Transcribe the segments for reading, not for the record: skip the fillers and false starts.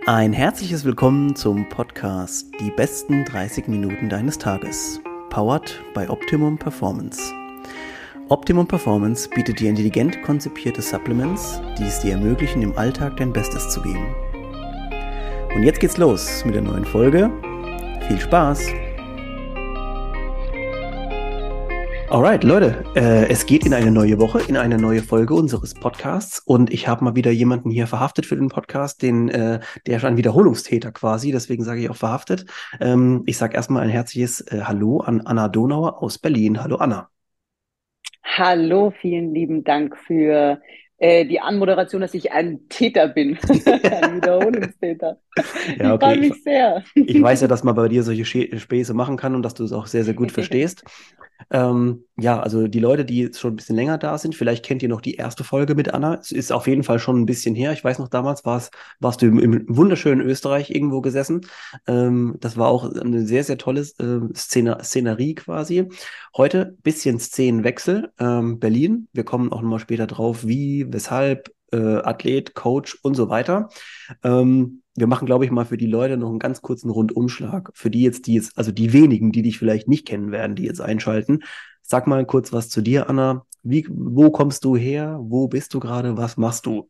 Ein herzliches Willkommen zum Podcast Die besten 30 Minuten deines Tages, powered by Optimum Performance. Optimum Performance bietet dir intelligent konzipierte Supplements, die es dir ermöglichen, im Alltag dein Bestes zu geben. Und jetzt geht's los mit der neuen Folge. Viel Spaß! Alright, Leute, es geht in eine neue Woche, in eine neue Folge unseres Podcasts und ich habe mal wieder jemanden hier verhaftet für den Podcast, der ist ein Wiederholungstäter quasi, deswegen sage ich auch verhaftet. Ich sage erstmal ein herzliches Hallo an Anna Donauer aus Berlin. Hallo Anna. Hallo, vielen lieben Dank für die Anmoderation, dass ich ein Täter bin, ein Wiederholungstäter. Ja, Ich okay, freue mich sehr. ich weiß ja, dass man bei dir solche Späße machen kann und dass du es auch sehr, sehr gut verstehst. Ja, also die Leute, die jetzt schon ein bisschen länger da sind, vielleicht kennt ihr noch die erste Folge mit Anna. Es ist auf jeden Fall schon ein bisschen her. Ich weiß noch, damals warst du im wunderschönen Österreich irgendwo gesessen. Das war auch eine sehr, sehr tolle Szenerie quasi. Heute bisschen Szenenwechsel. Berlin. Wir kommen auch nochmal später drauf, wie, weshalb, Athlet, Coach und so weiter. Wir machen, glaube ich, mal für die Leute noch einen ganz kurzen Rundumschlag. Für also die wenigen, die dich vielleicht nicht kennen werden, die jetzt einschalten. Sag mal kurz was zu dir, Anna. Wo kommst du her? Wo bist du gerade? Was machst du?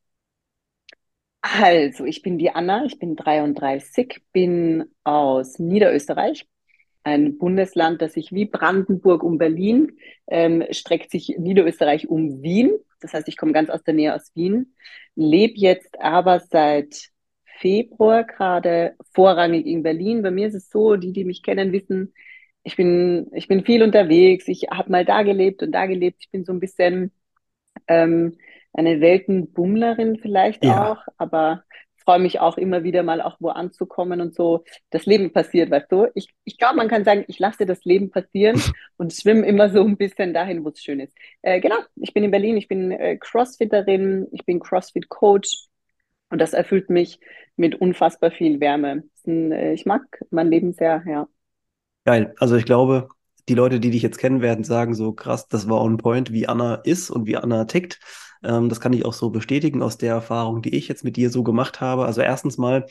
Also, ich bin die Anna, ich bin 33, bin aus Niederösterreich, ein Bundesland, das sich wie Brandenburg um Berlin streckt sich Niederösterreich um Wien. Das heißt, ich komme ganz aus der Nähe aus Wien, lebe jetzt aber seit Februar gerade vorrangig in Berlin. Bei mir ist es so, die mich kennen, wissen, ich bin viel unterwegs. Ich habe mal da gelebt und da gelebt. Ich bin so ein bisschen ähm, eine Weltenbummlerin vielleicht Ja, auch, aber freue mich auch immer wieder mal auch wo anzukommen und so. Das Leben passiert, weißt du? Ich glaube, man kann sagen, ich lasse das Leben passieren und schwimme immer so ein bisschen dahin, wo es schön ist. Genau, ich bin in Berlin, ich bin Crossfitterin, ich bin Crossfit-Coach und das erfüllt mich mit unfassbar viel Wärme. Ich mag mein Leben sehr, ja. geil. Also ich glaube, die Leute, die dich jetzt kennen, werden sagen, so krass, das war on point, wie Anna ist und wie Anna tickt. Das kann ich auch so bestätigen aus der Erfahrung, die ich jetzt mit dir so gemacht habe. Also erstens mal,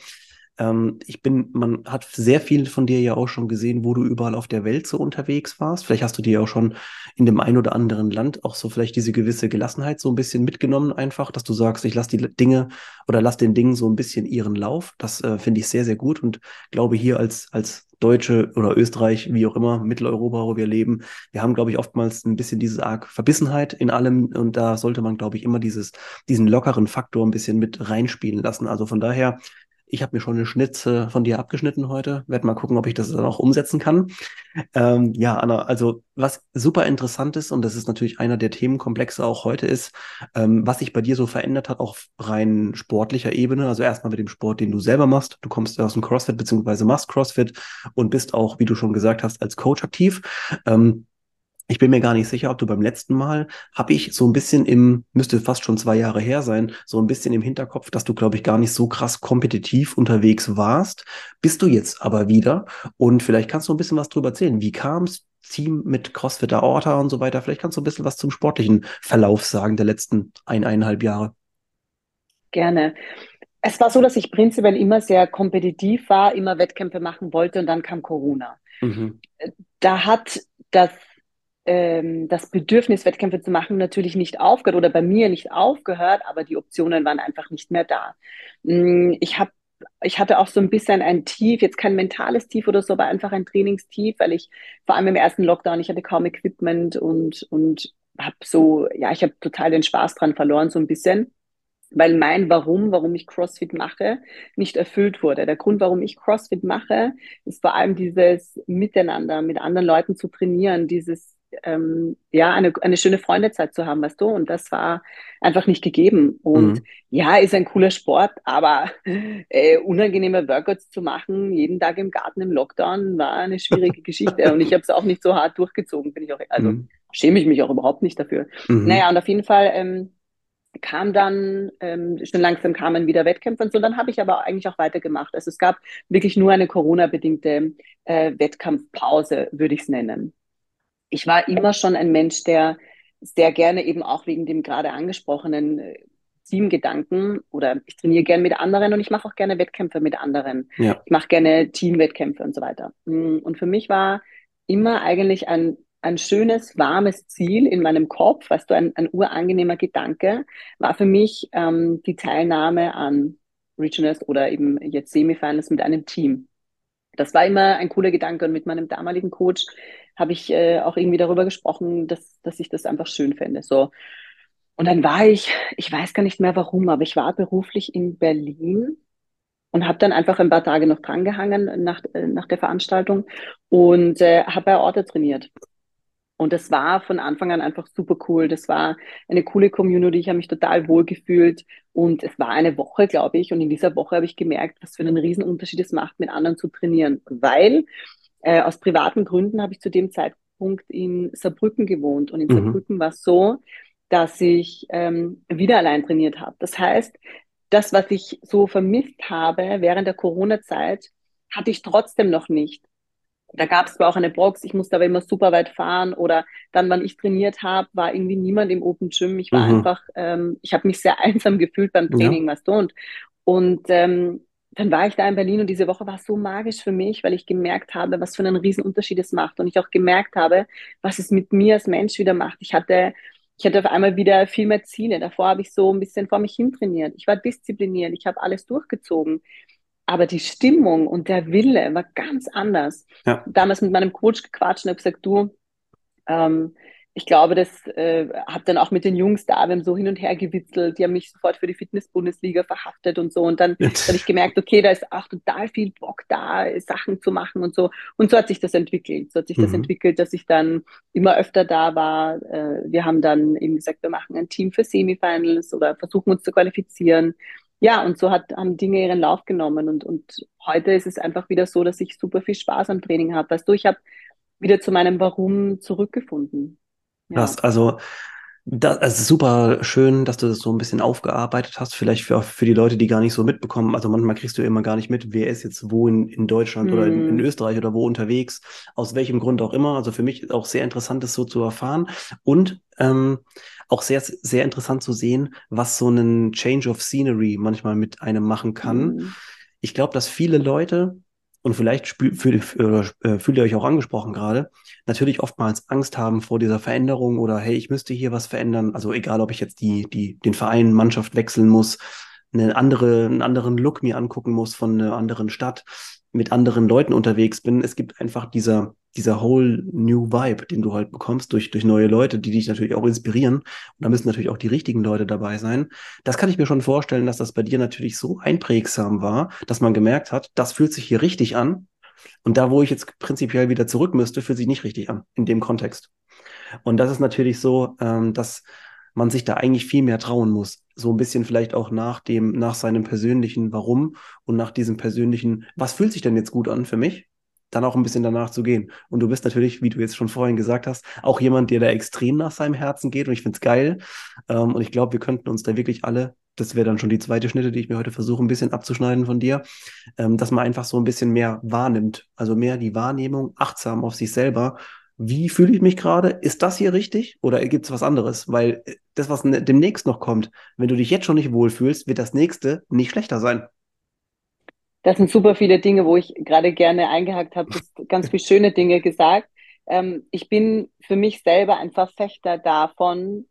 man hat sehr viel von dir ja auch schon gesehen, wo du überall auf der Welt so unterwegs warst. Vielleicht hast du dir ja auch schon in dem ein oder anderen Land auch so vielleicht diese gewisse Gelassenheit so ein bisschen mitgenommen einfach, dass du sagst, ich lasse die Dinge oder lass den Dingen so ein bisschen ihren Lauf. Das finde ich sehr, sehr gut und glaube hier als Deutsche oder Österreich, wie auch immer, Mitteleuropa, wo wir leben, wir haben, glaube ich, oftmals ein bisschen diese arg Verbissenheit in allem und da sollte man, glaube ich, immer diesen lockeren Faktor ein bisschen mit reinspielen lassen. Also von daher, ich habe mir schon eine Schnitze von dir abgeschnitten heute. Werd mal gucken, ob ich das dann auch umsetzen kann. Ja, Anna, also was super interessant ist, und das ist natürlich einer der Themenkomplexe auch heute ist, was sich bei dir so verändert hat, auf rein sportlicher Ebene. Also erstmal mit dem Sport, den du selber machst. Du kommst ja aus dem CrossFit beziehungsweise machst CrossFit und bist auch, wie du schon gesagt hast, als Coach aktiv. Ich bin mir gar nicht sicher, ob du beim letzten Mal, habe ich so ein bisschen müsste fast schon 2 Jahre her sein, so ein bisschen im Hinterkopf, dass du, glaube ich, gar nicht so krass kompetitiv unterwegs warst. Bist du jetzt aber wieder und vielleicht kannst du ein bisschen was drüber erzählen. Wie kam es? Team mit CrossFit Aorta und so weiter. Vielleicht kannst du ein bisschen was zum sportlichen Verlauf sagen der letzten 1,5 Jahre. Gerne. Es war so, dass ich prinzipiell immer sehr kompetitiv war, immer Wettkämpfe machen wollte und dann kam Corona. Mhm. Da hat das Bedürfnis, Wettkämpfe zu machen, natürlich nicht aufgehört oder bei mir nicht aufgehört, aber die Optionen waren einfach nicht mehr da. Ich hatte auch so ein bisschen ein Tief, jetzt kein mentales Tief oder so, aber einfach ein Trainingstief, weil ich vor allem im ersten Lockdown, ich hatte kaum Equipment und habe so, ja, ich habe total den Spaß dran verloren, so ein bisschen weil mein warum ich CrossFit mache, nicht erfüllt wurde. Der Grund, warum ich CrossFit mache, ist vor allem dieses Miteinander, mit anderen Leuten zu trainieren, dieses ja, eine schöne Freundezeit zu haben, weißt du? Und das war einfach nicht gegeben. Und Mhm. ja, ist ein cooler Sport, aber unangenehme Workouts zu machen, jeden Tag im Garten im Lockdown, war eine schwierige Geschichte. Und ich habe es auch nicht so hart durchgezogen, bin ich auch, also Mhm. schäme ich mich auch überhaupt nicht dafür. Naja, Mhm. und auf jeden Fall kam dann, schon langsam kamen wieder Wettkämpfe und so. Dann habe ich aber eigentlich auch weitergemacht. Also es gab wirklich nur eine Corona-bedingte Wettkampfpause, würde ich es nennen. Ich war immer schon ein Mensch, der sehr gerne eben auch wegen dem gerade angesprochenen Teamgedanken oder ich trainiere gerne mit anderen und ich mache auch gerne Wettkämpfe mit anderen. Ja. Ich mache gerne Teamwettkämpfe und so weiter. Und für mich war immer eigentlich ein schönes, warmes Ziel in meinem Kopf, weißt du, ein urangenehmer Gedanke, war für mich die Teilnahme an Regionals oder eben jetzt Semifinals mit einem Team. Das war immer ein cooler Gedanke und mit meinem damaligen Coach habe ich auch irgendwie darüber gesprochen, dass ich das einfach schön fände. So. Und dann war ich weiß gar nicht mehr warum, aber ich war beruflich in Berlin und habe dann einfach ein paar Tage noch drangehangen nach der Veranstaltung und habe bei Orte trainiert. Und das war von Anfang an einfach super cool. Das war eine coole Community. Ich habe mich total wohl gefühlt. Und es war eine Woche, glaube ich. Und in dieser Woche habe ich gemerkt, was für einen Riesenunterschied es macht, mit anderen zu trainieren. Weil aus privaten Gründen habe ich zu dem Zeitpunkt in Saarbrücken gewohnt. Und in Mhm. Saarbrücken war es so, dass ich wieder allein trainiert habe. Das heißt, das, was ich so vermisst habe während der Corona-Zeit, hatte ich trotzdem noch nicht. Da gab es zwar auch eine Box, ich musste aber immer super weit fahren oder dann, wann ich trainiert habe, war irgendwie niemand im Open Gym. Ich war Mhm. einfach, ich habe mich sehr einsam gefühlt beim Ja. Training, weißt du, und dann war ich da in Berlin und diese Woche war so magisch für mich, weil ich gemerkt habe, was für einen riesen Unterschied es macht und ich auch gemerkt habe, was es mit mir als Mensch wieder macht. Ich hatte auf einmal wieder viel mehr Ziele. Davor habe ich so ein bisschen vor mich hin trainiert. Ich war diszipliniert, ich habe alles durchgezogen. Aber die Stimmung und der Wille war ganz anders. Ja. Damals mit meinem Coach gequatscht und habe gesagt, du, ähm, ich glaube, das habe dann auch mit den Jungs da, wir haben so hin und her gewitzelt, die haben mich sofort für die Fitness-Bundesliga verhaftet und so. Und dann habe ich gemerkt, okay, da ist auch total viel Bock da, Sachen zu machen und so. Und so hat sich das entwickelt. So hat sich das Mhm. entwickelt, dass ich dann immer öfter da war. Wir haben dann eben gesagt, wir machen ein Team für Semifinals oder versuchen uns zu qualifizieren. Ja, und so haben Dinge ihren Lauf genommen. Und heute ist es einfach wieder so, dass ich super viel Spaß am Training habe. Weißt du, ich habe wieder zu meinem Warum zurückgefunden. Krass. Ja. Es ist super schön, dass du das so ein bisschen aufgearbeitet hast. Vielleicht für die Leute, die gar nicht so mitbekommen. Also manchmal kriegst du immer gar nicht mit, wer ist jetzt wo in Deutschland oder in Mm, Österreich oder wo unterwegs, aus welchem Grund auch immer. Also für mich ist auch sehr interessant, das so zu erfahren und auch sehr, sehr interessant zu sehen, was so ein Change of Scenery manchmal mit einem machen kann. mm, Ich glaube, dass viele Leute, und vielleicht fühlt ihr euch auch angesprochen gerade, natürlich oftmals Angst haben vor dieser Veränderung oder hey, ich müsste hier was verändern. Also egal, ob ich jetzt den Verein, Mannschaft wechseln muss, einen anderen Look mir angucken muss von einer anderen Stadt, mit anderen Leuten unterwegs bin. Es gibt einfach dieser whole new Vibe, den du halt bekommst durch neue Leute, die dich natürlich auch inspirieren. Und da müssen natürlich auch die richtigen Leute dabei sein. Das kann ich mir schon vorstellen, dass das bei dir natürlich so einprägsam war, dass man gemerkt hat, das fühlt sich hier richtig an. Und da, wo ich jetzt prinzipiell wieder zurück müsste, fühlt sich nicht richtig an, in dem Kontext. Und das ist natürlich so, dass man sich da eigentlich viel mehr trauen muss. So ein bisschen vielleicht auch nach seinem persönlichen Warum und nach diesem persönlichen, was fühlt sich denn jetzt gut an für mich? Dann auch ein bisschen danach zu gehen. Und du bist natürlich, wie du jetzt schon vorhin gesagt hast, auch jemand, der da extrem nach seinem Herzen geht. Und ich finde es geil. Und ich glaube, wir könnten uns da wirklich alle, das wäre dann schon die zweite Schnitte, die ich mir heute versuche, ein bisschen abzuschneiden von dir, dass man einfach so ein bisschen mehr wahrnimmt. Also mehr die Wahrnehmung, achtsam auf sich selber. Wie fühle ich mich gerade? Ist das hier richtig oder gibt es was anderes? Weil das, was demnächst noch kommt, wenn du dich jetzt schon nicht wohlfühlst, wird das nächste nicht schlechter sein. Das sind super viele Dinge, wo ich gerade gerne eingehakt habe. Du hast ganz viele schöne Dinge gesagt. Ich bin für mich selber ein Verfechter davon,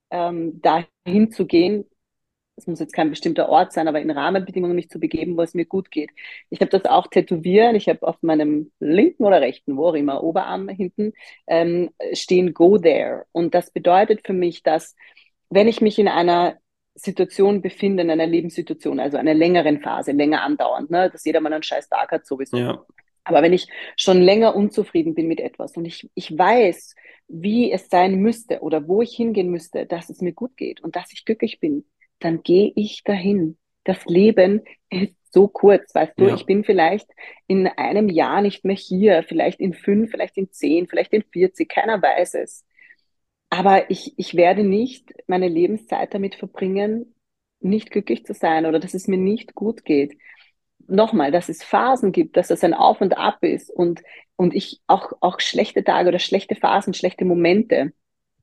dahin zu gehen. Es muss jetzt kein bestimmter Ort sein, aber in Rahmenbedingungen mich zu begeben, wo es mir gut geht. Ich habe das auch tätowiert. Ich habe auf meinem linken oder rechten, wo auch immer, Oberarm hinten stehen Go There. Und das bedeutet für mich, dass wenn ich mich in einer Situation befinde, in einer Lebenssituation, also einer längeren Phase, länger andauernd, ne, dass jeder mal einen scheiß Tag hat sowieso. Ja, Aber wenn ich schon länger unzufrieden bin mit etwas und ich weiß, wie es sein müsste oder wo ich hingehen müsste, dass es mir gut geht und dass ich glücklich bin, dann gehe ich dahin. Das Leben ist so kurz, weißt du, ich ja, bin vielleicht in einem Jahr nicht mehr hier, vielleicht in 5, vielleicht in 10, vielleicht in 40, keiner weiß es. Aber ich werde nicht meine Lebenszeit damit verbringen, nicht glücklich zu sein oder dass es mir nicht gut geht. Nochmal, dass es Phasen gibt, dass es ein Auf und Ab ist und ich auch schlechte Tage oder schlechte Phasen, schlechte Momente.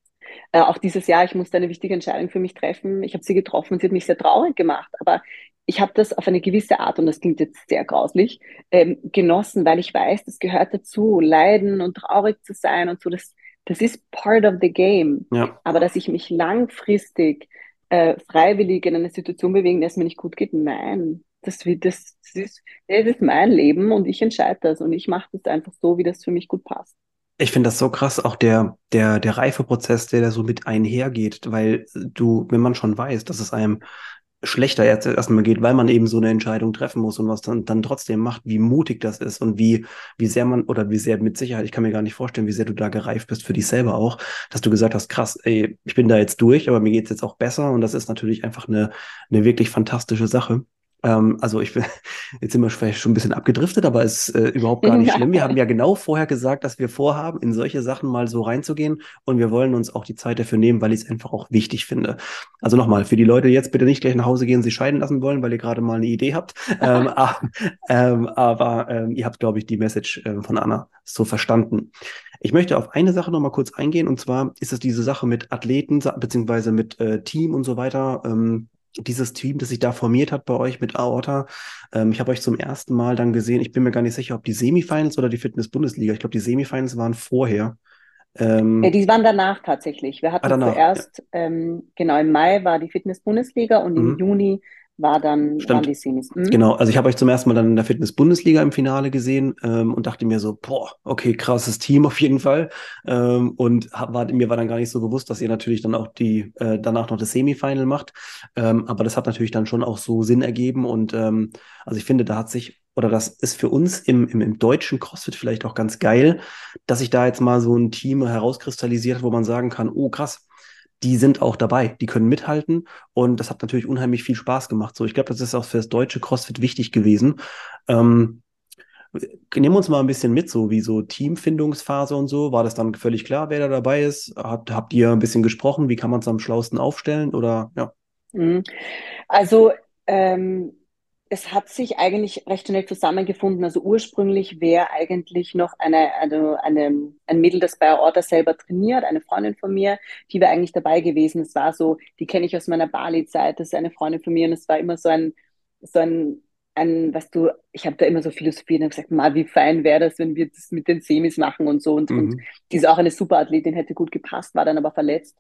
Auch dieses Jahr, ich musste eine wichtige Entscheidung für mich treffen. Ich habe sie getroffen und sie hat mich sehr traurig gemacht. Aber ich habe das auf eine gewisse Art, und das klingt jetzt sehr grauslich, genossen, weil ich weiß, das gehört dazu, leiden und traurig zu sein und so. Das ist part of the game. Ja. Aber dass ich mich langfristig freiwillig in eine Situation bewege, in der es mir nicht gut geht, nein. Das ist mein Leben und ich entscheide das und ich mache das einfach so, wie das für mich gut passt. Ich finde das so krass, auch der Reifeprozess, der da so mit einhergeht, weil du, wenn man schon weiß, dass es einem schlechter jetzt erstmal geht, weil man eben so eine Entscheidung treffen muss und was dann trotzdem macht, wie mutig das ist und wie sehr man oder wie sehr mit Sicherheit, ich kann mir gar nicht vorstellen, wie sehr du da gereift bist für dich selber auch, dass du gesagt hast, krass, ey, ich bin da jetzt durch, aber mir geht's jetzt auch besser und das ist natürlich einfach eine wirklich fantastische Sache. Also ich bin, jetzt sind wir vielleicht schon ein bisschen abgedriftet, aber ist überhaupt gar nicht schlimm. Wir haben ja genau vorher gesagt, dass wir vorhaben, in solche Sachen mal so reinzugehen und wir wollen uns auch die Zeit dafür nehmen, weil ich es einfach auch wichtig finde. Also nochmal, für die Leute jetzt bitte nicht gleich nach Hause gehen, sich scheiden lassen wollen, weil ihr gerade mal eine Idee habt. Aber ihr habt, glaube ich, die Message von Anna so verstanden. Ich möchte auf eine Sache nochmal kurz eingehen und zwar ist es diese Sache mit Athleten beziehungsweise mit Team und so weiter. Dieses Team, das sich da formiert hat bei euch mit Aorta. Ich habe euch zum ersten Mal dann gesehen, ich bin mir gar nicht sicher, ob die Semifinals oder die Fitness-Bundesliga. Ich glaube, die Semifinals waren vorher. Die waren danach tatsächlich. Wir hatten Danach. Ja. zuerst, genau im Mai war die Fitness-Bundesliga und im Mhm. Juni waren Stimmt. die Semis. Mhm. Genau, also ich habe euch zum ersten Mal dann in der Fitness-Bundesliga im Finale gesehen und dachte mir so, boah, okay, krasses Team auf jeden Fall. Und mir war dann gar nicht so bewusst, dass ihr natürlich dann auch danach noch das Semifinal macht. Aber das hat natürlich dann schon auch so Sinn ergeben. Und also ich finde, da hat sich, oder das ist für uns im deutschen CrossFit vielleicht auch ganz geil, dass sich da jetzt mal so ein Team herauskristallisiert hat, wo man sagen kann, oh krass, die sind auch dabei, die können mithalten und das hat natürlich unheimlich viel Spaß gemacht. So, ich glaube, das ist auch für das deutsche CrossFit wichtig gewesen. Ähm, Nehmen wir uns mal ein bisschen mit, so wie so Teamfindungsphase und so. War das dann völlig klar, wer da dabei ist? Habt ihr ein bisschen gesprochen? Wie kann man es am schlausten aufstellen? Oder ja. Mhm. Also ähm, es hat sich eigentlich recht schnell zusammengefunden. Also ursprünglich wäre eigentlich noch ein Mädel, das bei Aorta selber trainiert, eine Freundin von mir, die wäre eigentlich dabei gewesen. Es war so, die kenne ich aus meiner Bali-Zeit, das ist eine Freundin von mir und es war immer so weißt du, ich habe da immer so philosophiert und gesagt, mal, wie fein wäre das, wenn wir das mit den Semis machen und so. Und Mhm. die ist auch eine super Athletin, hätte gut gepasst, war dann aber verletzt.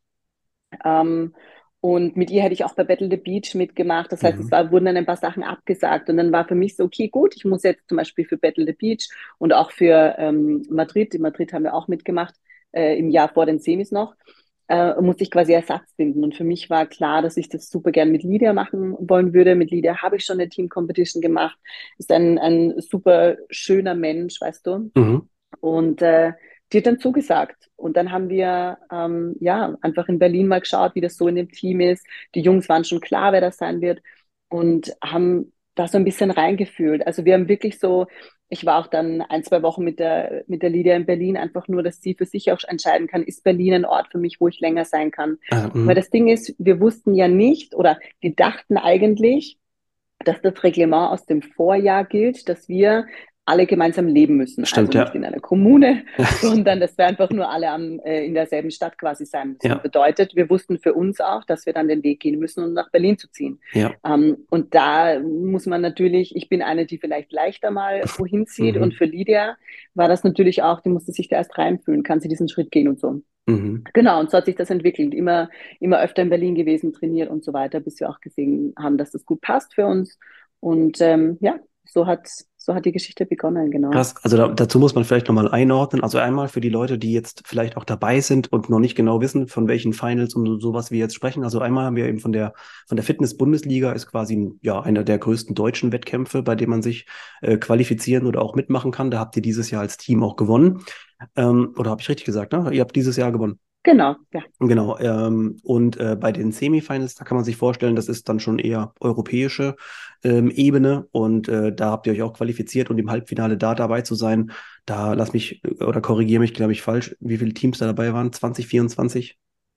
Ähm, und mit ihr hätte ich auch bei Battle the Beach mitgemacht. Das heißt, Mhm. wurden dann ein paar Sachen abgesagt. Und dann war für mich so, okay, gut, ich muss jetzt zum Beispiel für Battle the Beach und auch für Madrid, in Madrid haben wir auch mitgemacht, im Jahr vor den Semis noch, musste ich quasi Ersatz finden. Und für mich war klar, dass ich das super gern mit Lydia machen wollen würde. Mit Lydia habe ich schon eine Team Competition gemacht. Ist ein super schöner Mensch, weißt du. Mhm. Und die hat dann zugesagt. Und dann haben wir ja einfach in Berlin mal geschaut, wie das so in dem Team ist. Die Jungs waren schon klar, wer das sein wird und haben da so ein bisschen reingefühlt. Also wir haben wirklich so, ich war auch dann ein, zwei Wochen mit der Lydia in Berlin, einfach nur, dass sie für sich auch entscheiden kann, ist Berlin ein Ort für mich, wo ich länger sein kann. Weil Mhm. das Ding ist, wir wussten ja nicht oder wir dachten eigentlich, dass das Reglement aus dem Vorjahr gilt, dass wir alle gemeinsam leben müssen. Also Stimmt, nicht ja. in einer Kommune, sondern dass wir einfach nur alle in derselben Stadt quasi sein müssen. Ja, Bedeutet, wir wussten für uns auch, dass wir dann den Weg gehen müssen, um nach Berlin zu ziehen. ja. Und da muss man natürlich, ich bin eine, die vielleicht leichter mal wohin zieht und Mhm. für Lydia war das natürlich auch, die musste sich da erst reinfühlen, kann sie diesen Schritt gehen und so. Mhm. Genau, und so hat sich das entwickelt. Immer öfter in Berlin gewesen, trainiert und so weiter, bis wir auch gesehen haben, dass das gut passt für uns. Und ja, so hat die Geschichte begonnen, genau. Krass, also dazu muss man vielleicht nochmal einordnen. Also einmal für die Leute, die jetzt vielleicht auch dabei sind und noch nicht genau wissen, von welchen Finals und sowas wir jetzt sprechen. Also einmal haben wir eben von der Fitness-Bundesliga ist quasi ja einer der größten deutschen Wettkämpfe, bei dem man sich qualifizieren oder auch mitmachen kann. Da habt ihr dieses Jahr als Team auch gewonnen. Oder habe ich richtig gesagt, ne? Ihr habt dieses Jahr gewonnen. Genau, ja. Genau, und bei den Semifinals, da kann man sich vorstellen, das ist dann schon eher europäische Ebene und da habt ihr euch auch qualifiziert und im Halbfinale da dabei zu sein, da lass mich oder korrigiere mich, glaube ich, falsch, wie viele Teams da dabei waren? 20, 24?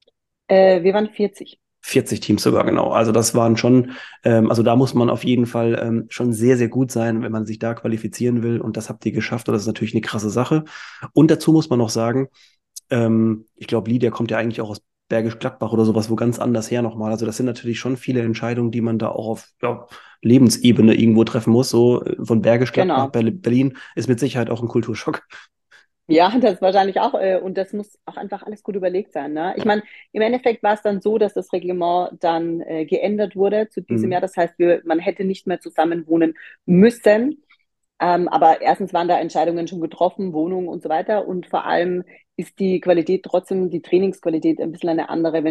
Wir waren 40. 40 Teams sogar, genau. Also das waren schon, also da muss man auf jeden Fall schon sehr, sehr gut sein, wenn man sich da qualifizieren will und das habt ihr geschafft und das ist natürlich eine krasse Sache. Und dazu muss man noch sagen, ich glaube, Lydia kommt ja eigentlich auch aus Bergisch Gladbach oder sowas, wo ganz anders her nochmal. Also das sind natürlich schon viele Entscheidungen, die man da auch auf Lebensebene irgendwo treffen muss. So von Bergisch Gladbach, Genau. Berlin ist mit Sicherheit auch ein Kulturschock. Ja, das wahrscheinlich auch. Und das muss auch einfach alles gut überlegt sein. Ne? Ich Ja. meine, im Endeffekt war es dann so, dass das Reglement dann geändert wurde zu diesem Jahr. Mhm. Das heißt, man hätte nicht mehr zusammen wohnen müssen. Aber erstens waren da Entscheidungen schon getroffen, Wohnungen und so weiter. Und vor allem ist die Qualität trotzdem, die Trainingsqualität ein bisschen eine andere,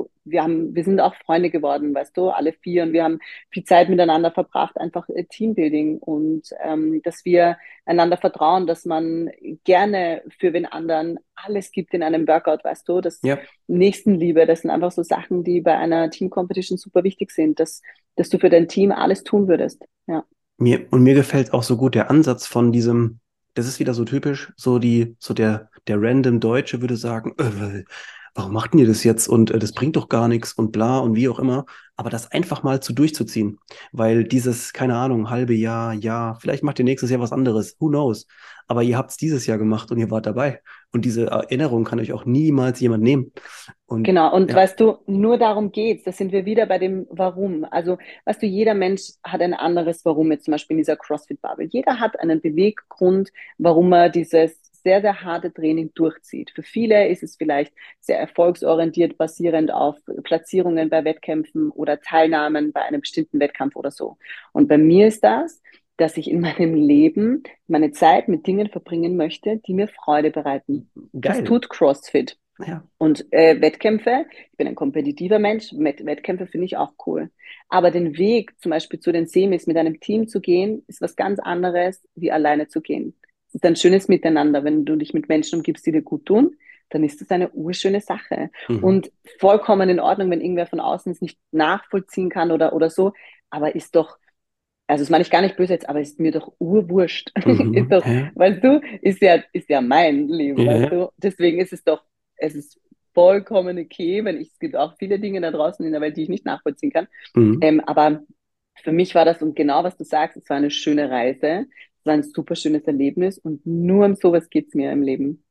wir sind auch Freunde geworden, weißt du, alle vier. Und wir haben viel Zeit miteinander verbracht, einfach Teambuilding und dass wir einander vertrauen, dass man gerne für den anderen alles gibt in einem Workout, weißt du, das Ja. Nächstenliebe, das sind einfach so Sachen, die bei einer Team-Competition super wichtig sind, dass du für dein Team alles tun würdest. Ja. Mir gefällt auch so gut der Ansatz von diesem, das ist wieder so typisch, der random Deutsche würde sagen, warum macht denn ihr das jetzt? Und das bringt doch gar nichts und bla und wie auch immer. Aber das einfach mal zu durchzuziehen. Weil dieses, keine Ahnung, halbe Jahr, vielleicht macht ihr nächstes Jahr was anderes, who knows? Aber ihr habt es dieses Jahr gemacht und ihr wart dabei. Und diese Erinnerung kann euch auch niemals jemand nehmen. Und Genau, und ja, weißt du, nur darum geht's. Da sind wir wieder bei dem Warum. Also, weißt du, jeder Mensch hat ein anderes Warum, jetzt zum Beispiel in dieser CrossFit-Bubble. Jeder hat einen Beweggrund, warum er dieses sehr, sehr harte Training durchzieht. Für viele ist es vielleicht sehr erfolgsorientiert, basierend auf Platzierungen bei Wettkämpfen oder Teilnahmen bei einem bestimmten Wettkampf oder so. Und bei mir ist das, dass ich in meinem Leben meine Zeit mit Dingen verbringen möchte, die mir Freude bereiten. Das geil. tut CrossFit. Ja. Und Wettkämpfe, ich bin ein kompetitiver Mensch, Wettkämpfe finde ich auch cool. Aber den Weg zum Beispiel zu den Semis mit einem Team zu gehen, ist was ganz anderes, wie alleine zu gehen. Es ist ein schönes Miteinander. Wenn du dich mit Menschen umgibst, die dir gut tun, dann ist das eine urschöne Sache. Mhm. Und vollkommen in Ordnung, wenn irgendwer von außen es nicht nachvollziehen kann oder so. Aber ist doch, also das meine ich gar nicht böse jetzt, aber ist mir doch urwurscht. Ist Mhm. doch, Ja. weißt du, ist ja mein Leben, Ja. weißt Ja. du. Deswegen ist es doch, es ist vollkommen okay, wenn ich, es gibt auch viele Dinge da draußen in der Welt, die ich nicht nachvollziehen kann. Mhm. Aber für mich war das, und genau was du sagst, es war eine schöne Reise, es war ein super schönes Erlebnis und nur um sowas geht's mir im Leben.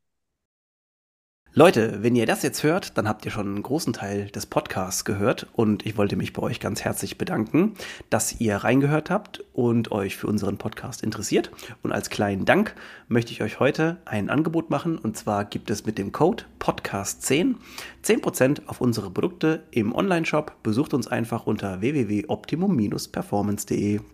Leute, wenn ihr das jetzt hört, dann habt ihr schon einen großen Teil des Podcasts gehört und ich wollte mich bei euch ganz herzlich bedanken, dass ihr reingehört habt und euch für unseren Podcast interessiert. Und als kleinen Dank möchte ich euch heute ein Angebot machen und zwar gibt es mit dem Code Podcast10 10% auf unsere Produkte im Onlineshop. Besucht uns einfach unter www.optimum-performance.de.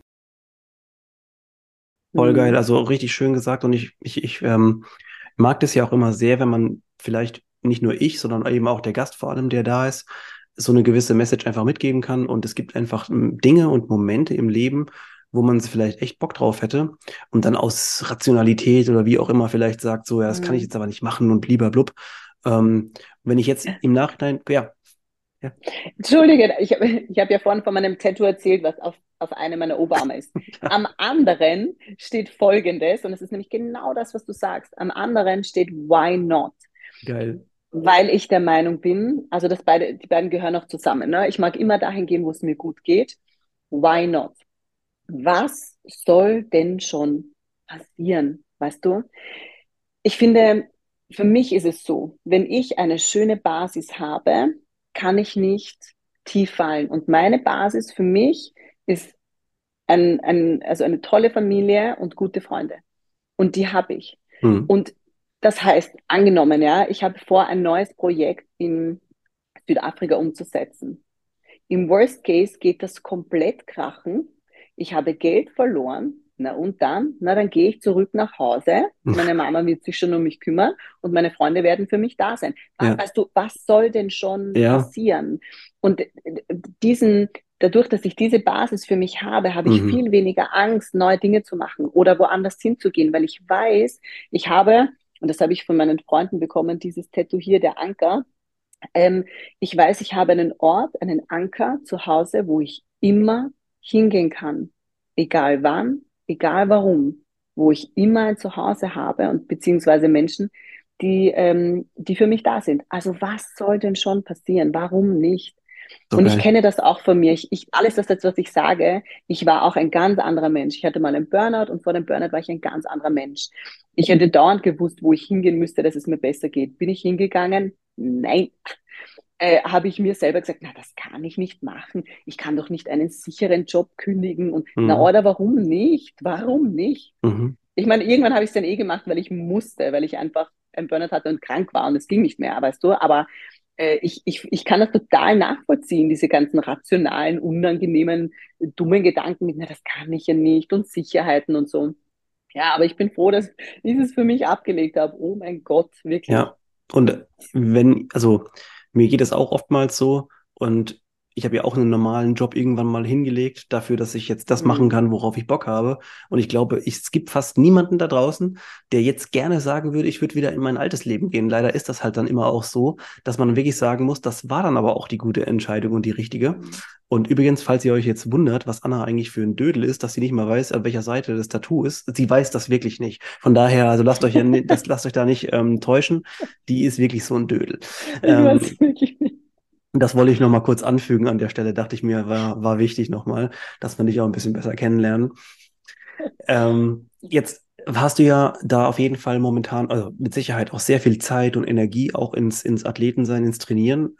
Voll geil, Hm. also richtig schön gesagt und ich mag das ja auch immer sehr, wenn man vielleicht nicht nur ich, sondern eben auch der Gast vor allem, der da ist, so eine gewisse Message einfach mitgeben kann und es gibt einfach Dinge und Momente im Leben, wo man vielleicht echt Bock drauf hätte und dann aus Rationalität oder wie auch immer vielleicht sagt, so, ja, das kann ich Hm. jetzt aber nicht machen und blub. Wenn ich jetzt im Nachhinein, ja, ja, Entschuldige, ich hab ja vorhin von meinem Tattoo erzählt, was auf einem meiner Oberarme ist. ja, Am anderen steht Folgendes, und es ist nämlich genau das, was du sagst. Am anderen steht Why not? geil. Weil ich der Meinung bin, also die beiden gehören auch zusammen. Ne? Ich mag immer dahin gehen, wo es mir gut geht. Why not? Was soll denn schon passieren? Weißt du? Ich finde, für mich ist es so, wenn ich eine schöne Basis habe, kann ich nicht tief fallen. Und meine Basis für mich ist also eine tolle Familie und gute Freunde. Und die habe ich. Hm. Und das heißt, angenommen, ja, ich habe vor, ein neues Projekt in Südafrika umzusetzen. Im Worst Case geht das komplett krachen. Ich habe Geld verloren. Na und dann? Na, dann gehe ich zurück nach Hause. Meine Mama wird sich schon um mich kümmern und meine Freunde werden für mich da sein. Ja, Weißt du, was soll denn schon ja, passieren? Und diesen, dadurch, dass ich diese Basis für mich habe ich mhm. viel weniger Angst, neue Dinge zu machen oder woanders hinzugehen, weil ich weiß, ich habe, und das habe ich von meinen Freunden bekommen, dieses Tattoo hier, der Anker, ähm, ich weiß, ich habe einen Ort, einen Anker zu Hause, wo ich immer hingehen kann. Egal wann, egal warum. Wo ich immer ein Zuhause habe und beziehungsweise Menschen, die für mich da sind. Also was soll denn schon passieren? Warum nicht? So Und ich geil. kenne das auch von mir. Alles das, was ich sage, ich war auch ein ganz anderer Mensch. Ich hatte mal einen Burnout und vor dem Burnout war ich ein ganz anderer Mensch. Ich hätte dauernd gewusst, wo ich hingehen müsste, dass es mir besser geht. Bin ich hingegangen? Nein. habe ich mir selber gesagt, na, das kann ich nicht machen. Ich kann doch nicht einen sicheren Job kündigen. Und na, Mhm. oder warum nicht? Warum nicht? Mhm. Ich meine, irgendwann habe ich es dann eh gemacht, weil ich musste, weil ich einfach ein Burnout hatte und krank war und es ging nicht mehr, weißt du. Aber ich kann das total nachvollziehen, diese ganzen rationalen, unangenehmen, dummen Gedanken mit, na, das kann ich ja nicht und Sicherheiten und so. Ja, aber ich bin froh, dass ich es für mich abgelegt habe. Oh mein Gott, wirklich. Ja, und wenn, also mir geht es auch oftmals so und ich habe ja auch einen normalen Job irgendwann mal hingelegt dafür, dass ich jetzt das machen Hm. kann, worauf ich Bock habe. Und ich glaube, es gibt fast niemanden da draußen, der jetzt gerne sagen würde, ich würde wieder in mein altes Leben gehen. Leider ist das halt dann immer auch so, dass man wirklich sagen muss, das war dann aber auch die gute Entscheidung und die richtige. Und übrigens, falls ihr euch jetzt wundert, was Anna eigentlich für ein Dödel ist, dass sie nicht mal weiß, an welcher Seite das Tattoo ist, sie weiß das wirklich nicht. Von daher, also lasst euch ja, lasst euch da nicht täuschen. Die ist wirklich so ein Dödel. Ich weiß Ähm, wirklich nicht. Das wollte ich noch mal kurz anfügen an der Stelle, dachte ich mir, war wichtig nochmal, dass wir dich auch ein bisschen besser kennenlernen. Jetzt hast du ja da auf jeden Fall momentan, also mit Sicherheit auch sehr viel Zeit und Energie auch ins Athletensein, ins Trainieren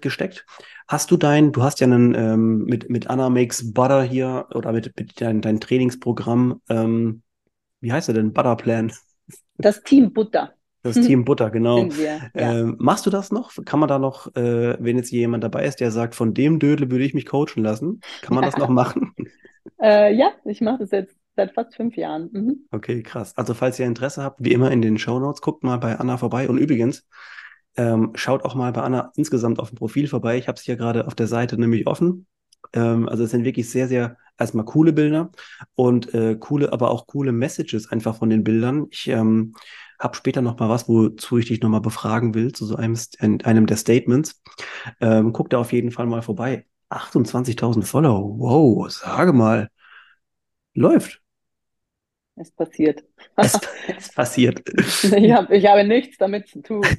du hast ja einen mit Anna Makes Butter hier oder mit dein Trainingsprogramm, wie heißt er denn? Butterplan. Das Team Butter Das Team Butter, genau. sind wir, ja. Machst du das noch? Kann man da noch, wenn jetzt jemand dabei ist, der sagt, von dem Dödel würde ich mich coachen lassen, kann man das noch machen? Ja, ich mache das jetzt seit fast 5 Jahren. Mhm. Okay, krass. Also falls ihr Interesse habt, wie immer in den Shownotes, guckt mal bei Anna vorbei. Und übrigens, schaut auch mal bei Anna insgesamt auf dem Profil vorbei. Ich habe es hier gerade auf der Seite nämlich offen. Also es sind wirklich sehr, sehr erstmal coole Bilder und aber auch coole Messages einfach von den Bildern. Ich habe später noch mal was, wozu ich dich noch mal befragen will, zu so einem der Statements. Guck da auf jeden Fall mal vorbei. 28.000 Follower. Wow, sage mal, läuft. Es passiert. Es, es passiert. Ich habe nichts damit zu tun.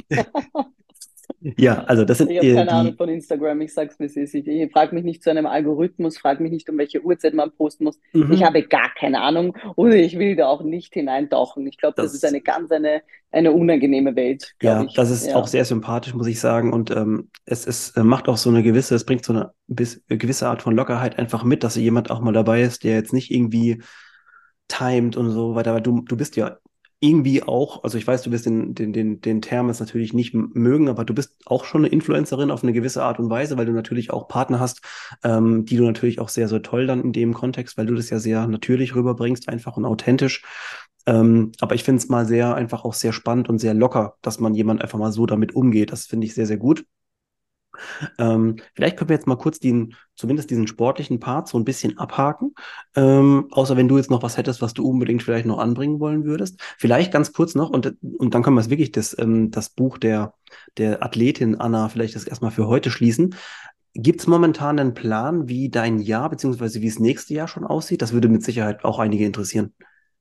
Ja, also das Ich sind habe keine Ahnung die. von Instagram. Ich sag's wie es ist. Ich frage mich nicht zu einem Algorithmus, frage mich nicht, um welche Uhrzeit man posten muss. Ich Mhm. habe gar keine Ahnung und ich will da auch nicht hineintauchen. Ich glaube, das ist Das, eine unangenehme Welt, glaube ja, ich. das ist auch Ja. sehr sympathisch, muss ich sagen. Und macht auch so eine gewisse, es bringt so eine gewisse Art von Lockerheit einfach mit, dass jemand auch mal dabei ist, der jetzt nicht irgendwie timed und so weiter. Aber du bist ja irgendwie auch, also ich weiß, du wirst den Term jetzt natürlich nicht mögen, aber du bist auch schon eine Influencerin auf eine gewisse Art und Weise, weil du natürlich auch Partner hast, die du natürlich auch sehr, sehr toll dann in dem Kontext, weil du das ja sehr natürlich rüberbringst, einfach und authentisch. Aber ich finde es mal sehr einfach auch sehr spannend und sehr locker, dass man jemand einfach mal so damit umgeht. Das finde ich sehr, sehr gut. Vielleicht können wir jetzt mal kurz zumindest diesen sportlichen Part so ein bisschen abhaken. Außer wenn du jetzt noch was hättest, was du unbedingt vielleicht noch anbringen wollen würdest. Vielleicht ganz kurz noch, und dann können wir es wirklich das Buch der Athletin Anna vielleicht das erstmal für heute schließen. Gibt es momentan einen Plan, wie dein Jahr beziehungsweise wie es nächste Jahr schon aussieht? Das würde mit Sicherheit auch einige interessieren.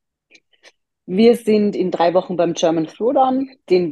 Wir sind in 3 Wochen beim German Throwdown,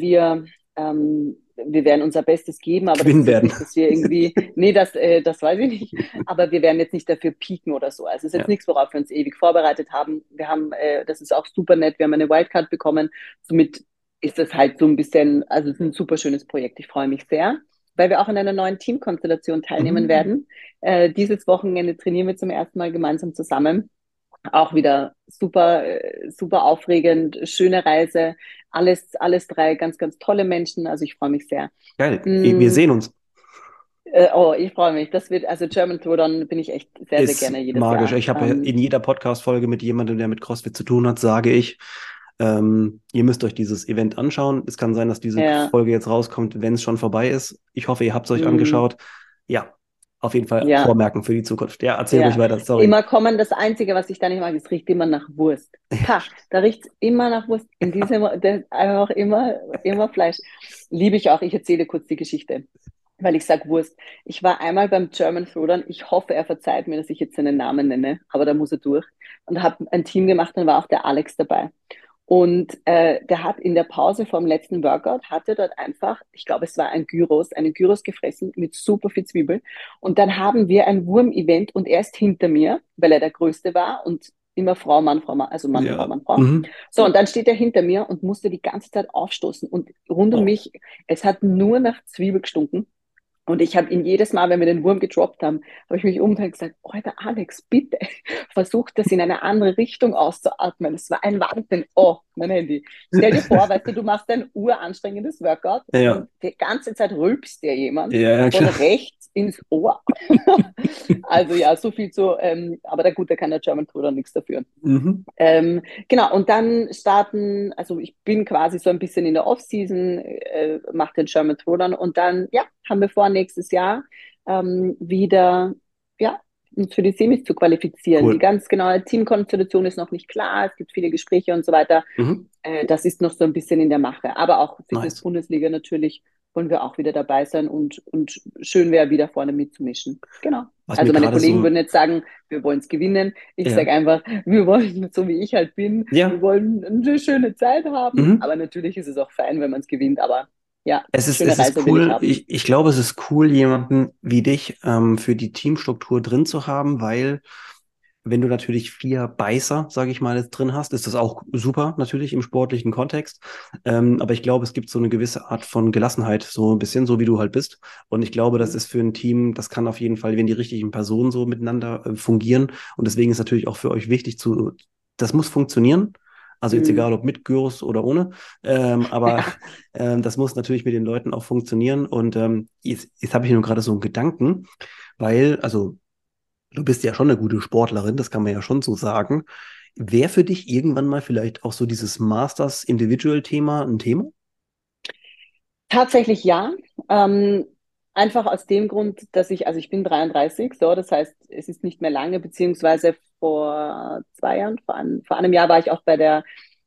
wir werden unser Bestes geben, aber das Gewinnen ist jetzt werden. nicht, dass wir irgendwie, nee, das weiß ich nicht, aber wir werden jetzt nicht dafür pieken oder so. Also es ist jetzt Ja, nichts, worauf wir uns ewig vorbereitet haben. Das ist auch super nett, wir haben eine Wildcard bekommen. Somit ist das halt so ein bisschen, also es ist ein super schönes Projekt. Ich freue mich sehr, weil wir auch in einer neuen Teamkonstellation teilnehmen mhm. werden. Dieses Wochenende trainieren wir zum ersten Mal gemeinsam zusammen. Auch wieder super, super aufregend, schöne Reise, alles drei ganz, ganz tolle Menschen. Also ich freue mich sehr. Geil. Wir Mm, sehen uns. oh, ich freue mich. Das wird, also German Throwdown bin ich echt sehr, sehr Ist gerne jedes magisch. Jahr. Ich habe in jeder Podcast-Folge mit jemandem, der mit CrossFit zu tun hat, sage ich, ihr müsst euch dieses Event anschauen. Es kann sein, dass diese Ja, Folge jetzt rauskommt, wenn es schon vorbei ist. Ich hoffe, ihr habt es euch mm, angeschaut. Ja, auf jeden Fall ja, vormerken für die Zukunft. Ja, erzähl ruhig ja. weiter. Sorry. Immer kommen. Das Einzige, was ich da nicht mag, es riecht immer nach Wurst. Ha, da riecht es immer nach Wurst. In diesem, einfach immer Fleisch. Liebe ich auch. Ich erzähle kurz die Geschichte, weil ich sage Wurst. Ich war einmal beim German Throwdown. Ich hoffe, er verzeiht mir, dass ich jetzt seinen Namen nenne, aber da muss er durch. Und habe ein Team gemacht, dann war auch der Alex dabei. Und der hat in der Pause vom letzten Workout, hatte dort einfach, ich glaube, es war einen Gyros gefressen mit super viel Zwiebel. Und dann haben wir ein Wurm-Event und er ist hinter mir, weil er der Größte war und immer Frau, Mann, Frau, Mann, also Mann, Frau, Ja. Mann, Frau. Mhm. So, und dann steht er hinter mir und musste die ganze Zeit aufstoßen. Und rund um Oh. mich, es hat nur nach Zwiebel gestunken. Und ich habe ihn jedes Mal, wenn wir den Wurm gedroppt haben, habe ich mich umgedreht und gesagt, Alter Alex, bitte, versuch das in eine andere Richtung auszuatmen. Das war ein Wahnsinn. Oh, mein Handy. Stell dir vor, weißt du, du machst ein uranstrengendes Workout Ja, und die ganze Zeit rülpst dir jemand ja, ja, von klar. rechts ins Ohr. Also ja, so viel zu, aber der Gute kann der German Bruder nichts dafür. Mhm. Genau, und dann starten, also ich bin quasi so ein bisschen in der Off-Season, mache den German Throwdown und dann, ja, haben wir vor, nächstes Jahr wieder, ja, uns für die Semis zu qualifizieren. Die Cool. ganz genaue Teamkonstellation ist noch nicht klar, es gibt viele Gespräche und so weiter. Mhm. Das ist noch so ein bisschen in der Mache. Aber auch Nice. Fitness-Bundesliga natürlich wollen wir auch wieder dabei sein und schön wäre, wieder vorne mitzumischen. Genau. Was mir Also meine gerade Kollegen so, würden jetzt sagen, wir wollen es gewinnen. Ich ja, sage einfach, wir wollen, so wie ich halt bin, wir ja, wollen eine schöne Zeit haben. mhm. Aber natürlich ist es auch fein, wenn man es gewinnt. Aber ja, Es schöne ist Reise will ich cool. haben. Ich glaube, es ist cool, jemanden wie dich für die Teamstruktur drin zu haben, weil wenn du natürlich vier Beißer, sage ich mal, jetzt drin hast, ist das auch super, natürlich im sportlichen Kontext. Aber ich glaube, es gibt so eine gewisse Art von Gelassenheit, so ein bisschen, so wie du halt bist. Und ich glaube, das Mhm. ist für ein Team, das kann auf jeden Fall, wenn die richtigen Personen so miteinander fungieren. Und deswegen ist natürlich auch für euch wichtig das muss funktionieren. Also jetzt Mhm. egal, ob mit Gyros oder ohne. Aber Ja. das muss natürlich mit den Leuten auch funktionieren. Und jetzt habe ich nur gerade so einen Gedanken, weil, also du bist ja schon eine gute Sportlerin, das kann man ja schon so sagen. Wäre für dich irgendwann mal vielleicht auch so dieses Masters Individual-Thema ein Thema? Tatsächlich ja. Ähm, Einfach aus dem Grund, dass ich, also ich bin 33, so, das heißt, es ist nicht mehr lange, beziehungsweise vor 2 Jahren, vor einem Jahr war ich auch bei der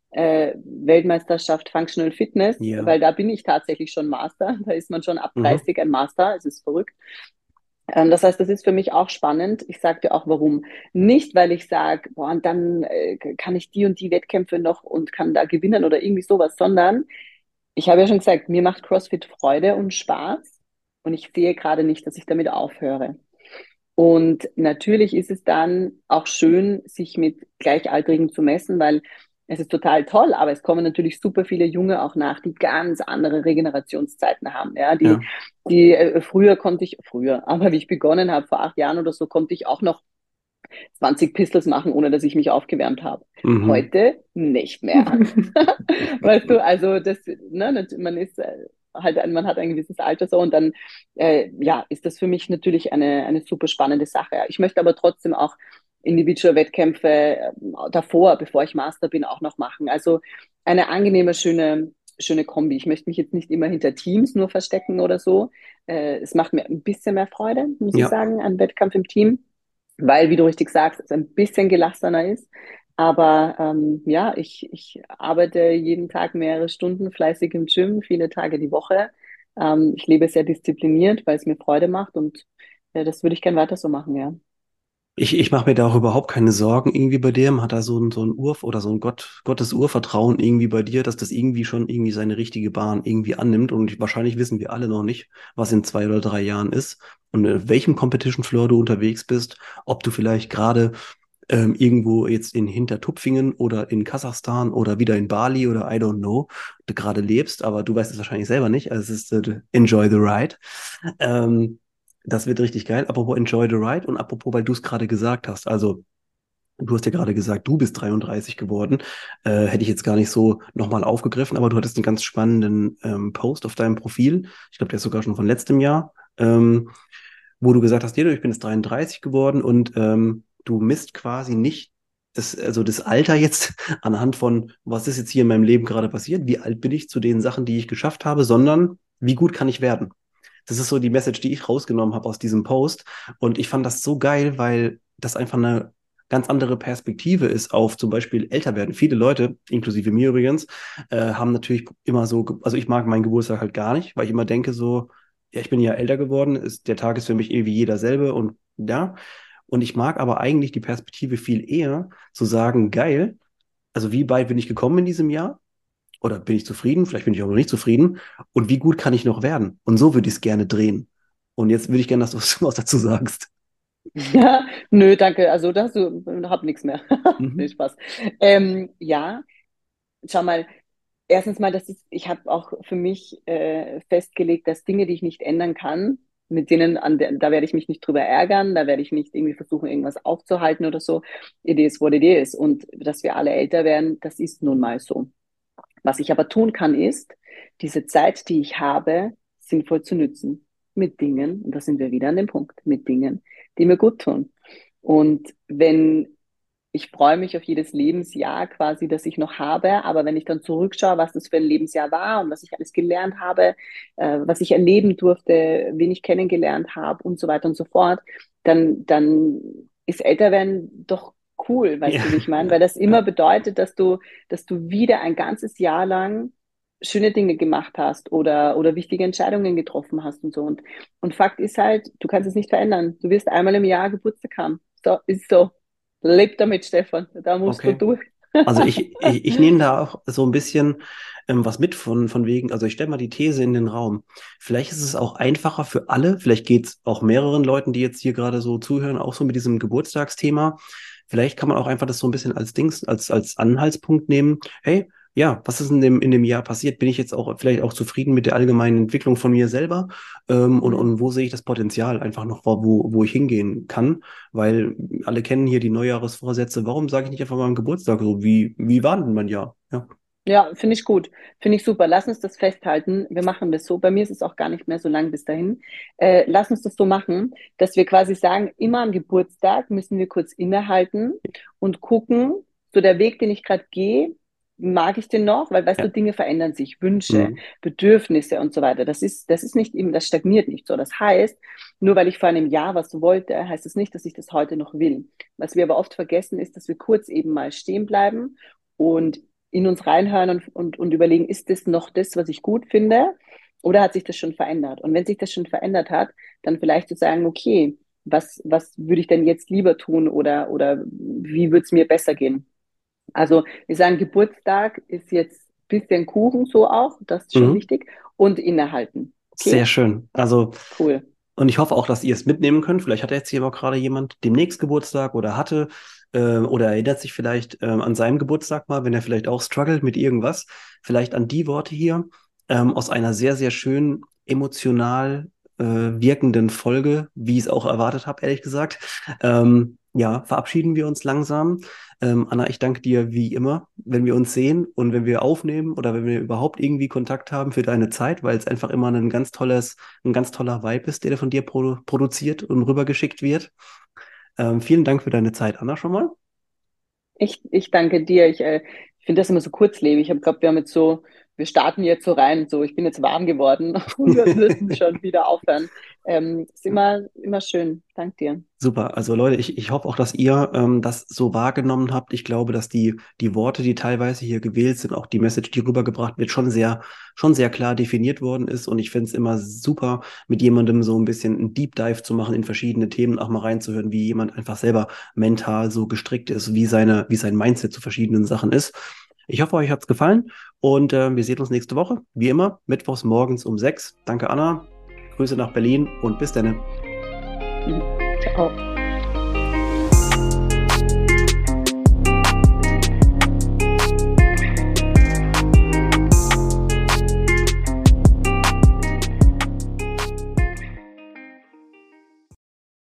Weltmeisterschaft Functional Fitness, Ja. weil da bin ich tatsächlich schon Master. Da ist man schon ab Mhm. 30 ein Master, es ist verrückt. Das heißt, das ist für mich auch spannend. Ich sage dir auch warum. Nicht, weil ich sage, boah, und dann kann ich die und die Wettkämpfe noch und kann da gewinnen oder irgendwie sowas, sondern ich habe ja schon gesagt, mir macht CrossFit Freude und Spaß und ich sehe gerade nicht, dass ich damit aufhöre. Und natürlich ist es dann auch schön, sich mit Gleichaltrigen zu messen, weil es ist total toll, aber es kommen natürlich super viele Junge auch nach, die ganz andere Regenerationszeiten haben. Ja, Ja. früher konnte ich, früher, aber wie ich begonnen habe, vor 8 Jahren oder so, konnte ich auch noch 20 Pistols machen, ohne dass ich mich aufgewärmt habe. Mhm. Heute nicht mehr. Weißt du, also das, ne, man ist halt, man hat ein gewisses Alter so und dann, ja, ist das für mich natürlich eine super spannende Sache. Ich möchte aber trotzdem auch Individual-Wettkämpfe davor, bevor ich Master bin, auch noch machen. Also eine angenehme, schöne Kombi. Ich möchte mich jetzt nicht immer hinter Teams nur verstecken oder so. Es macht mir ein bisschen mehr Freude, muss ich Ja. sagen, ein Wettkampf im Team, weil, wie du richtig sagst, es ein bisschen gelassener ist. Aber ja, ich arbeite jeden Tag mehrere Stunden fleißig im Gym, viele Tage die Woche. Ich lebe sehr diszipliniert, weil es mir Freude macht und das würde ich gern weiter so machen, ja. Ich mache mir da auch überhaupt keine Sorgen irgendwie bei dir. Man hat da so ein oder so ein Gottes Urvertrauen irgendwie bei dir, dass das irgendwie schon irgendwie seine richtige Bahn irgendwie annimmt. Und wahrscheinlich wissen wir alle noch nicht, was in 2 oder 3 Jahren ist und in welchem Competition Floor du unterwegs bist, ob du vielleicht gerade irgendwo jetzt in Hintertupfingen oder in Kasachstan oder wieder in Bali oder I don't know, du gerade lebst, aber du weißt es wahrscheinlich selber nicht. Also es ist enjoy the ride. Ähm, Das wird richtig geil. Apropos enjoy the ride und apropos, weil du es gerade gesagt hast, also du hast ja gerade gesagt, du bist 33 geworden. Hätte ich jetzt gar nicht so nochmal aufgegriffen, aber du hattest einen ganz spannenden Post auf deinem Profil. Ich glaube, der ist sogar schon von letztem Jahr, wo du gesagt hast, ich bin jetzt 33 geworden und du misst quasi nicht also das Alter jetzt anhand von, was ist jetzt hier in meinem Leben gerade passiert, wie alt bin ich zu den Sachen, die ich geschafft habe, sondern wie gut kann ich werden? Das ist so die Message, die ich rausgenommen habe aus diesem Post. Und ich fand das so geil, weil das einfach eine ganz andere Perspektive ist auf zum Beispiel älter werden. Viele Leute, inklusive mir übrigens, haben natürlich immer so, also ich mag meinen Geburtstag halt gar nicht, weil ich immer denke so, ja, ich bin ja älter geworden, der Tag ist für mich irgendwie jeder selbe und ja. Und ich mag aber eigentlich die Perspektive viel eher zu sagen, geil, also wie weit bin ich gekommen in diesem Jahr? Oder bin ich zufrieden? Vielleicht bin ich auch noch nicht zufrieden. Und wie gut kann ich noch werden? Und so würde ich es gerne drehen. Und jetzt würde ich gerne, dass du was dazu sagst. Ja, nö, danke. Also das, du hab nichts mehr. Nee, Mhm. Spaß. Ja, schau mal, erstens mal, ich habe auch für mich festgelegt, dass Dinge, die ich nicht ändern kann, mit denen, da werde ich mich nicht drüber ärgern, da werde ich nicht irgendwie versuchen, irgendwas aufzuhalten oder so. It is what it is. Und dass wir alle älter werden, das ist nun mal so. Was ich aber tun kann, ist, diese Zeit, die ich habe, sinnvoll zu nützen. Mit Dingen, und da sind wir wieder an dem Punkt, mit Dingen, die mir gut tun. Und wenn ich freue mich auf jedes Lebensjahr quasi, das ich noch habe. Aber wenn ich dann zurückschaue, was das für ein Lebensjahr war und was ich alles gelernt habe, was ich erleben durfte, wen ich kennengelernt habe und so weiter und so fort, dann ist Älterwerden doch cool, weißt Ja, du, wie ich meine? Weil ja, das immer ja. bedeutet, dass du wieder ein ganzes Jahr lang schöne Dinge gemacht hast oder wichtige Entscheidungen getroffen hast und so. Und Fakt ist halt, du kannst es nicht verändern. Du wirst einmal im Jahr Geburtstag haben. So, ist so. Leb damit, Stefan. Da musst du Okay. durch. Also ich nehme da auch so ein bisschen was mit von wegen, also ich stelle mal die These in den Raum. Vielleicht ist es auch einfacher für alle, vielleicht geht es auch mehreren Leuten, die jetzt hier gerade so zuhören, auch so mit diesem Geburtstagsthema. Vielleicht kann man auch einfach das so ein bisschen als Dings, als Anhaltspunkt nehmen. Hey, ja, was ist in dem Jahr passiert? Bin ich jetzt auch vielleicht auch zufrieden mit der allgemeinen Entwicklung von mir selber? Und wo sehe ich das Potenzial einfach noch, wo ich hingehen kann? Weil alle kennen hier die Neujahresvorsätze. Warum sage ich nicht einfach mal am Geburtstag so? Wie war denn mein Jahr? Ja. Ja, finde ich gut. Finde ich super. Lass uns das festhalten. Wir machen das so. Bei mir ist es auch gar nicht mehr so lang bis dahin. Lass uns das so machen, dass wir quasi sagen, immer am Geburtstag müssen wir kurz innehalten und gucken, so der Weg, den ich gerade gehe, mag ich den noch? Weil, weißt du, Ja. Dinge verändern sich, Wünsche, Mhm. Bedürfnisse und so weiter. Das ist nicht eben, das stagniert nicht so. Das heißt, nur weil ich vor einem Jahr was wollte, heißt das nicht, dass ich das heute noch will. Was wir aber oft vergessen, ist, dass wir kurz eben mal stehen bleiben und in uns reinhören und überlegen, ist das noch das, was ich gut finde, oder hat sich das schon verändert? Und wenn sich das schon verändert hat, dann vielleicht zu sagen, okay, was würde ich denn jetzt lieber tun oder wie würde es mir besser gehen? Also wir sagen, Geburtstag ist jetzt ein bisschen Kuchen so auch, das ist schon Mhm. wichtig, und innehalten. Sehr Okay, schön. Also, cool. und ich hoffe auch, dass ihr es mitnehmen könnt. Vielleicht hat jetzt hier aber gerade jemand demnächst Geburtstag oder hatte oder erinnert sich vielleicht an seinem Geburtstag mal, wenn er vielleicht auch struggelt mit irgendwas. Vielleicht an die Worte hier aus einer sehr, sehr schön emotional wirkenden Folge, wie ich es auch erwartet habe, ehrlich gesagt. Ja, verabschieden wir uns langsam. Anna, ich danke dir wie immer, wenn wir uns sehen und wenn wir aufnehmen oder wenn wir überhaupt irgendwie Kontakt haben für deine Zeit, weil es einfach immer ein ganz toller Vibe ist, der von dir produziert und rübergeschickt wird. Vielen Dank für deine Zeit, Anna, schon mal. Ich danke dir. Ich finde das immer so kurzlebig. Ich glaube, wir starten jetzt so rein, so ich bin jetzt warm geworden und wir müssen schon wieder aufhören. Ist immer schön. Dank dir. Super. Also Leute, ich hoffe auch, dass ihr das so wahrgenommen habt. Ich glaube, dass die Worte, die teilweise hier gewählt sind, auch die Message, die rübergebracht wird, schon sehr klar definiert worden ist. Und ich finde es immer super, mit jemandem so ein bisschen einen Deep Dive zu machen in verschiedene Themen, auch mal reinzuhören, wie jemand einfach selber mental so gestrickt ist, wie sein Mindset zu verschiedenen Sachen ist. Ich hoffe, euch hat's gefallen und wir sehen uns nächste Woche. Wie immer, mittwochs morgens um 6. Danke, Anna. Grüße nach Berlin und bis dann. Mhm. Ciao.